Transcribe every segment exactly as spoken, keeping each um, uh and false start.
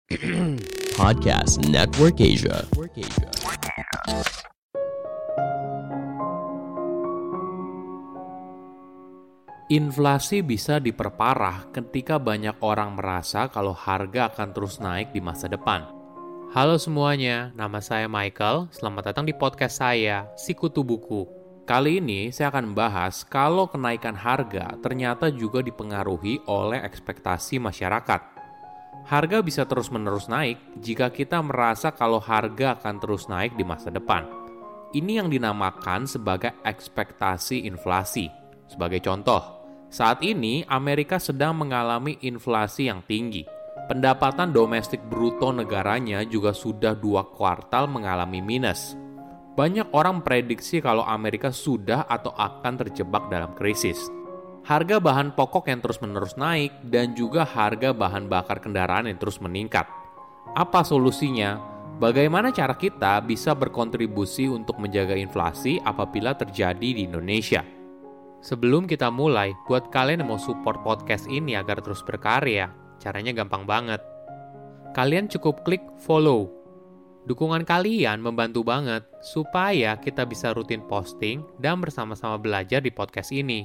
Podcast Network Asia. Inflasi bisa diperparah ketika banyak orang merasa kalau harga akan terus naik di masa depan. Halo semuanya, nama saya Michael. Selamat datang di podcast saya, Sikutu Buku. Kali ini saya akan membahas kalau kenaikan harga ternyata juga dipengaruhi oleh ekspektasi masyarakat. Harga bisa terus-menerus naik jika kita merasa kalau harga akan terus naik di masa depan. Ini yang dinamakan sebagai ekspektasi inflasi. Sebagai contoh, saat ini Amerika sedang mengalami inflasi yang tinggi. Pendapatan domestik bruto negaranya juga sudah dua kuartal mengalami minus. Banyak orang memprediksi kalau Amerika sudah atau akan terjebak dalam krisis. Harga bahan pokok yang terus-menerus naik dan juga harga bahan bakar kendaraan yang terus meningkat. Apa solusinya? Bagaimana cara kita bisa berkontribusi untuk menjaga inflasi apabila terjadi di Indonesia? Sebelum kita mulai, buat kalian yang mau support podcast ini agar terus berkarya, caranya gampang banget. Kalian cukup klik follow. Dukungan kalian membantu banget supaya kita bisa rutin posting dan bersama-sama belajar di podcast ini.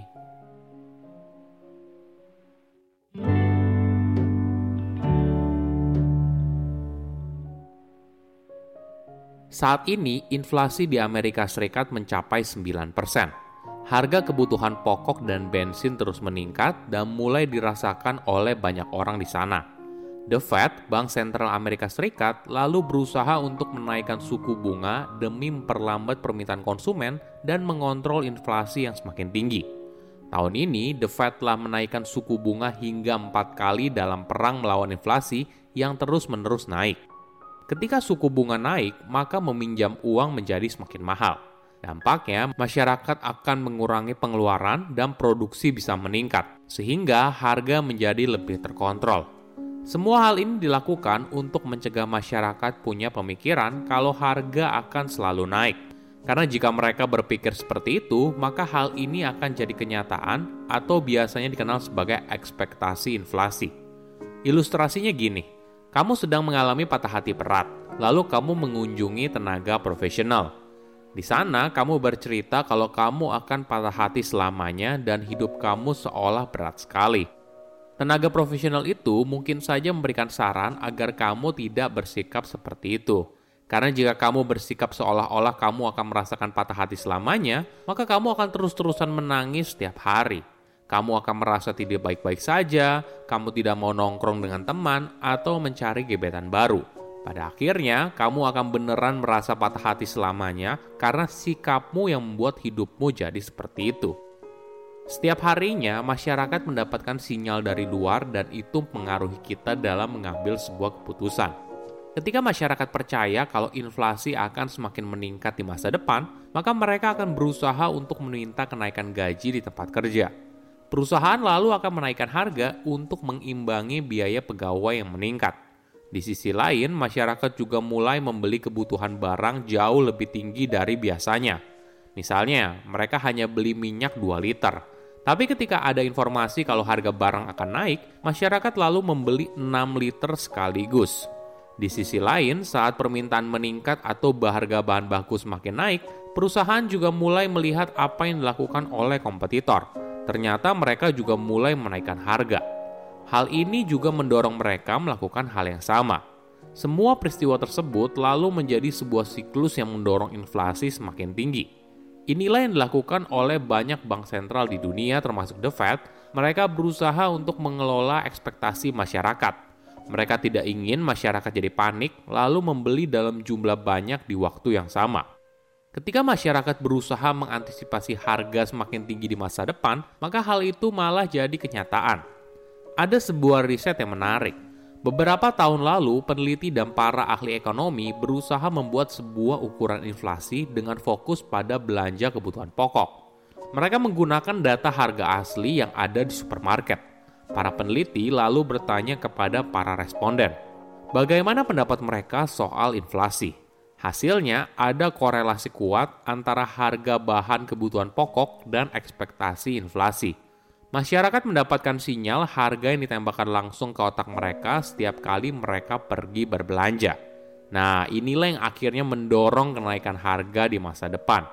Saat ini, inflasi di Amerika Serikat mencapai sembilan persen. Harga kebutuhan pokok dan bensin terus meningkat dan mulai dirasakan oleh banyak orang di sana. The Fed, Bank Sentral Amerika Serikat, lalu berusaha untuk menaikkan suku bunga demi memperlambat permintaan konsumen dan mengontrol inflasi yang semakin tinggi. Tahun ini, The Fed telah menaikkan suku bunga hingga empat kali dalam perang melawan inflasi yang terus-menerus naik. Ketika suku bunga naik, maka meminjam uang menjadi semakin mahal. Dampaknya, masyarakat akan mengurangi pengeluaran dan produksi bisa meningkat, sehingga harga menjadi lebih terkontrol. Semua hal ini dilakukan untuk mencegah masyarakat punya pemikiran kalau harga akan selalu naik. Karena jika mereka berpikir seperti itu, maka hal ini akan jadi kenyataan atau biasanya dikenal sebagai ekspektasi inflasi. Ilustrasinya gini, kamu sedang mengalami patah hati berat, lalu kamu mengunjungi tenaga profesional. Di sana, kamu bercerita kalau kamu akan patah hati selamanya dan hidup kamu seolah berat sekali. Tenaga profesional itu mungkin saja memberikan saran agar kamu tidak bersikap seperti itu. Karena jika kamu bersikap seolah-olah kamu akan merasakan patah hati selamanya, maka kamu akan terus-terusan menangis setiap hari. Kamu akan merasa tidak baik-baik saja, kamu tidak mau nongkrong dengan teman, atau mencari gebetan baru. Pada akhirnya, kamu akan beneran merasa patah hati selamanya karena sikapmu yang membuat hidupmu jadi seperti itu. Setiap harinya, masyarakat mendapatkan sinyal dari luar dan itu mengaruhi kita dalam mengambil sebuah keputusan. Ketika masyarakat percaya kalau inflasi akan semakin meningkat di masa depan, maka mereka akan berusaha untuk meminta kenaikan gaji di tempat kerja. Perusahaan lalu akan menaikkan harga untuk mengimbangi biaya pegawai yang meningkat. Di sisi lain, masyarakat juga mulai membeli kebutuhan barang jauh lebih tinggi dari biasanya. Misalnya, mereka hanya beli minyak dua liter. Tapi ketika ada informasi kalau harga barang akan naik, masyarakat lalu membeli enam liter sekaligus. Di sisi lain, saat permintaan meningkat atau harga bahan baku semakin naik, perusahaan juga mulai melihat apa yang dilakukan oleh kompetitor. Ternyata mereka juga mulai menaikkan harga. Hal ini juga mendorong mereka melakukan hal yang sama. Semua peristiwa tersebut lalu menjadi sebuah siklus yang mendorong inflasi semakin tinggi. Inilah yang dilakukan oleh banyak bank sentral di dunia termasuk The Fed. Mereka berusaha untuk mengelola ekspektasi masyarakat. Mereka tidak ingin masyarakat jadi panik lalu membeli dalam jumlah banyak di waktu yang sama. Ketika masyarakat berusaha mengantisipasi harga semakin tinggi di masa depan, maka hal itu malah jadi kenyataan. Ada sebuah riset yang menarik. Beberapa tahun lalu, peneliti dan para ahli ekonomi berusaha membuat sebuah ukuran inflasi dengan fokus pada belanja kebutuhan pokok. Mereka menggunakan data harga asli yang ada di supermarket. Para peneliti lalu bertanya kepada para responden, bagaimana pendapat mereka soal inflasi? Hasilnya, ada korelasi kuat antara harga bahan kebutuhan pokok dan ekspektasi inflasi. Masyarakat mendapatkan sinyal harga yang ditembakkan langsung ke otak mereka setiap kali mereka pergi berbelanja. Nah, inilah yang akhirnya mendorong kenaikan harga di masa depan.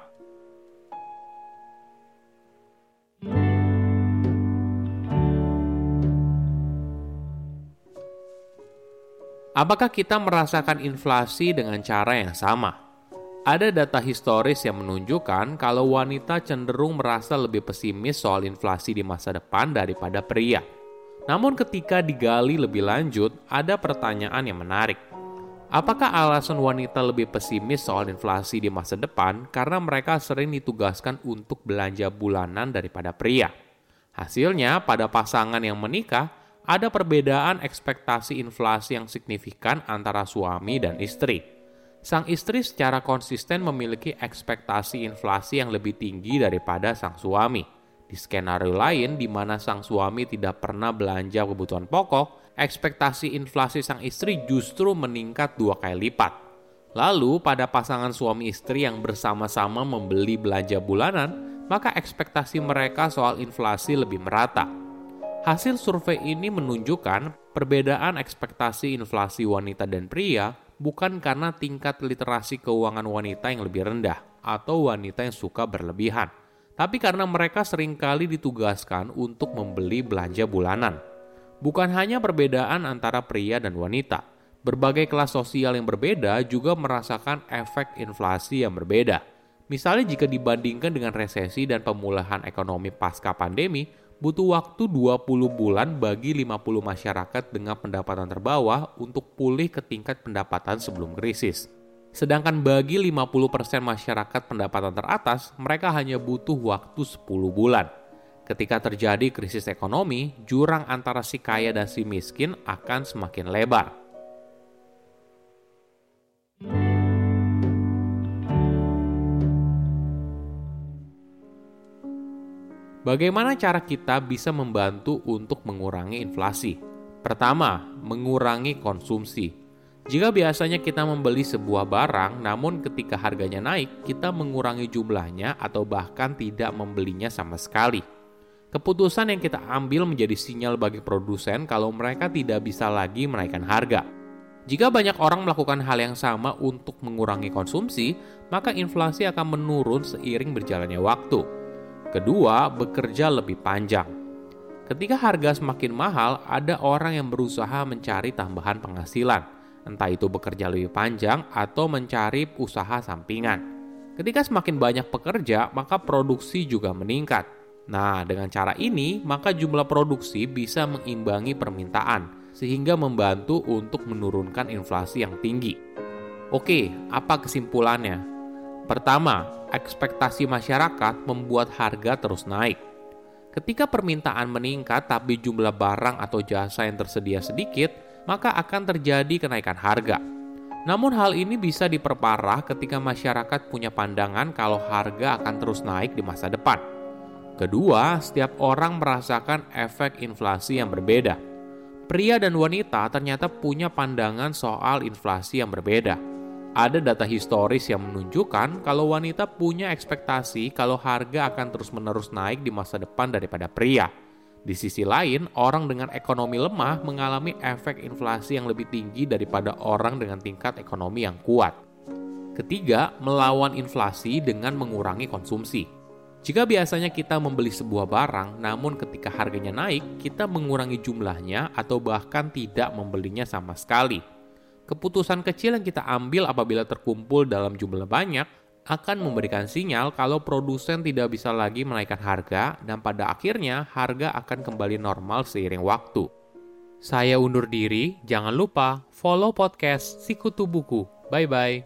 Apakah kita merasakan inflasi dengan cara yang sama? Ada data historis yang menunjukkan kalau wanita cenderung merasa lebih pesimis soal inflasi di masa depan daripada pria. Namun ketika digali lebih lanjut, ada pertanyaan yang menarik. Apakah alasan wanita lebih pesimis soal inflasi di masa depan karena mereka sering ditugaskan untuk belanja bulanan daripada pria? Hasilnya, pada pasangan yang menikah, ada perbedaan ekspektasi inflasi yang signifikan antara suami dan istri. Sang istri secara konsisten memiliki ekspektasi inflasi yang lebih tinggi daripada sang suami. Di skenario lain, di mana sang suami tidak pernah belanja kebutuhan pokok, ekspektasi inflasi sang istri justru meningkat dua kali lipat. Lalu, pada pasangan suami istri yang bersama-sama membeli belanja bulanan, maka ekspektasi mereka soal inflasi lebih merata. Hasil survei ini menunjukkan perbedaan ekspektasi inflasi wanita dan pria bukan karena tingkat literasi keuangan wanita yang lebih rendah atau wanita yang suka berlebihan, tapi karena mereka seringkali ditugaskan untuk membeli belanja bulanan. Bukan hanya perbedaan antara pria dan wanita, berbagai kelas sosial yang berbeda juga merasakan efek inflasi yang berbeda. Misalnya jika dibandingkan dengan resesi dan pemulihan ekonomi pasca pandemi, butuh waktu dua puluh bulan bagi lima puluh masyarakat dengan pendapatan terbawah untuk pulih ke tingkat pendapatan sebelum krisis. Sedangkan bagi lima puluh persen masyarakat pendapatan teratas, mereka hanya butuh waktu sepuluh bulan. Ketika terjadi krisis ekonomi, jurang antara si kaya dan si miskin akan semakin lebar. Bagaimana cara kita bisa membantu untuk mengurangi inflasi? Pertama, mengurangi konsumsi. Jika biasanya kita membeli sebuah barang, namun ketika harganya naik, kita mengurangi jumlahnya atau bahkan tidak membelinya sama sekali. Keputusan yang kita ambil menjadi sinyal bagi produsen kalau mereka tidak bisa lagi menaikkan harga. Jika banyak orang melakukan hal yang sama untuk mengurangi konsumsi, maka inflasi akan menurun seiring berjalannya waktu. Kedua, bekerja lebih panjang. Ketika harga semakin mahal, ada orang yang berusaha mencari tambahan penghasilan, entah itu bekerja lebih panjang atau mencari usaha sampingan. Ketika semakin banyak pekerja, maka produksi juga meningkat. Nah, dengan cara ini, maka jumlah produksi bisa mengimbangi permintaan, sehingga membantu untuk menurunkan inflasi yang tinggi. Oke, apa kesimpulannya? Pertama, ekspektasi masyarakat membuat harga terus naik. Ketika permintaan meningkat tapi jumlah barang atau jasa yang tersedia sedikit, maka akan terjadi kenaikan harga. Namun hal ini bisa diperparah ketika masyarakat punya pandangan kalau harga akan terus naik di masa depan. Kedua, setiap orang merasakan efek inflasi yang berbeda. Pria dan wanita ternyata punya pandangan soal inflasi yang berbeda. Ada data historis yang menunjukkan kalau wanita punya ekspektasi kalau harga akan terus-menerus naik di masa depan daripada pria. Di sisi lain, orang dengan ekonomi lemah mengalami efek inflasi yang lebih tinggi daripada orang dengan tingkat ekonomi yang kuat. Ketiga, melawan inflasi dengan mengurangi konsumsi. Jika biasanya kita membeli sebuah barang, namun ketika harganya naik, kita mengurangi jumlahnya atau bahkan tidak membelinya sama sekali. Keputusan kecil yang kita ambil apabila terkumpul dalam jumlah banyak akan memberikan sinyal kalau produsen tidak bisa lagi menaikkan harga dan pada akhirnya harga akan kembali normal seiring waktu. Saya undur diri, jangan lupa follow podcast Sikutu Buku. Bye-bye.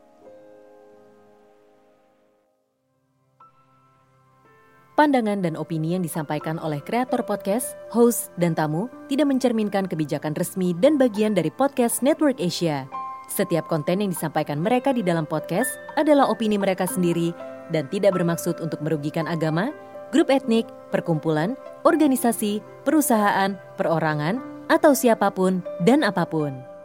Pandangan dan opini yang disampaikan oleh kreator podcast, host, dan tamu tidak mencerminkan kebijakan resmi dan bagian dari podcast Network Asia. Setiap konten yang disampaikan mereka di dalam podcast adalah opini mereka sendiri dan tidak bermaksud untuk merugikan agama, grup etnik, perkumpulan, organisasi, perusahaan, perorangan, atau siapapun dan apapun.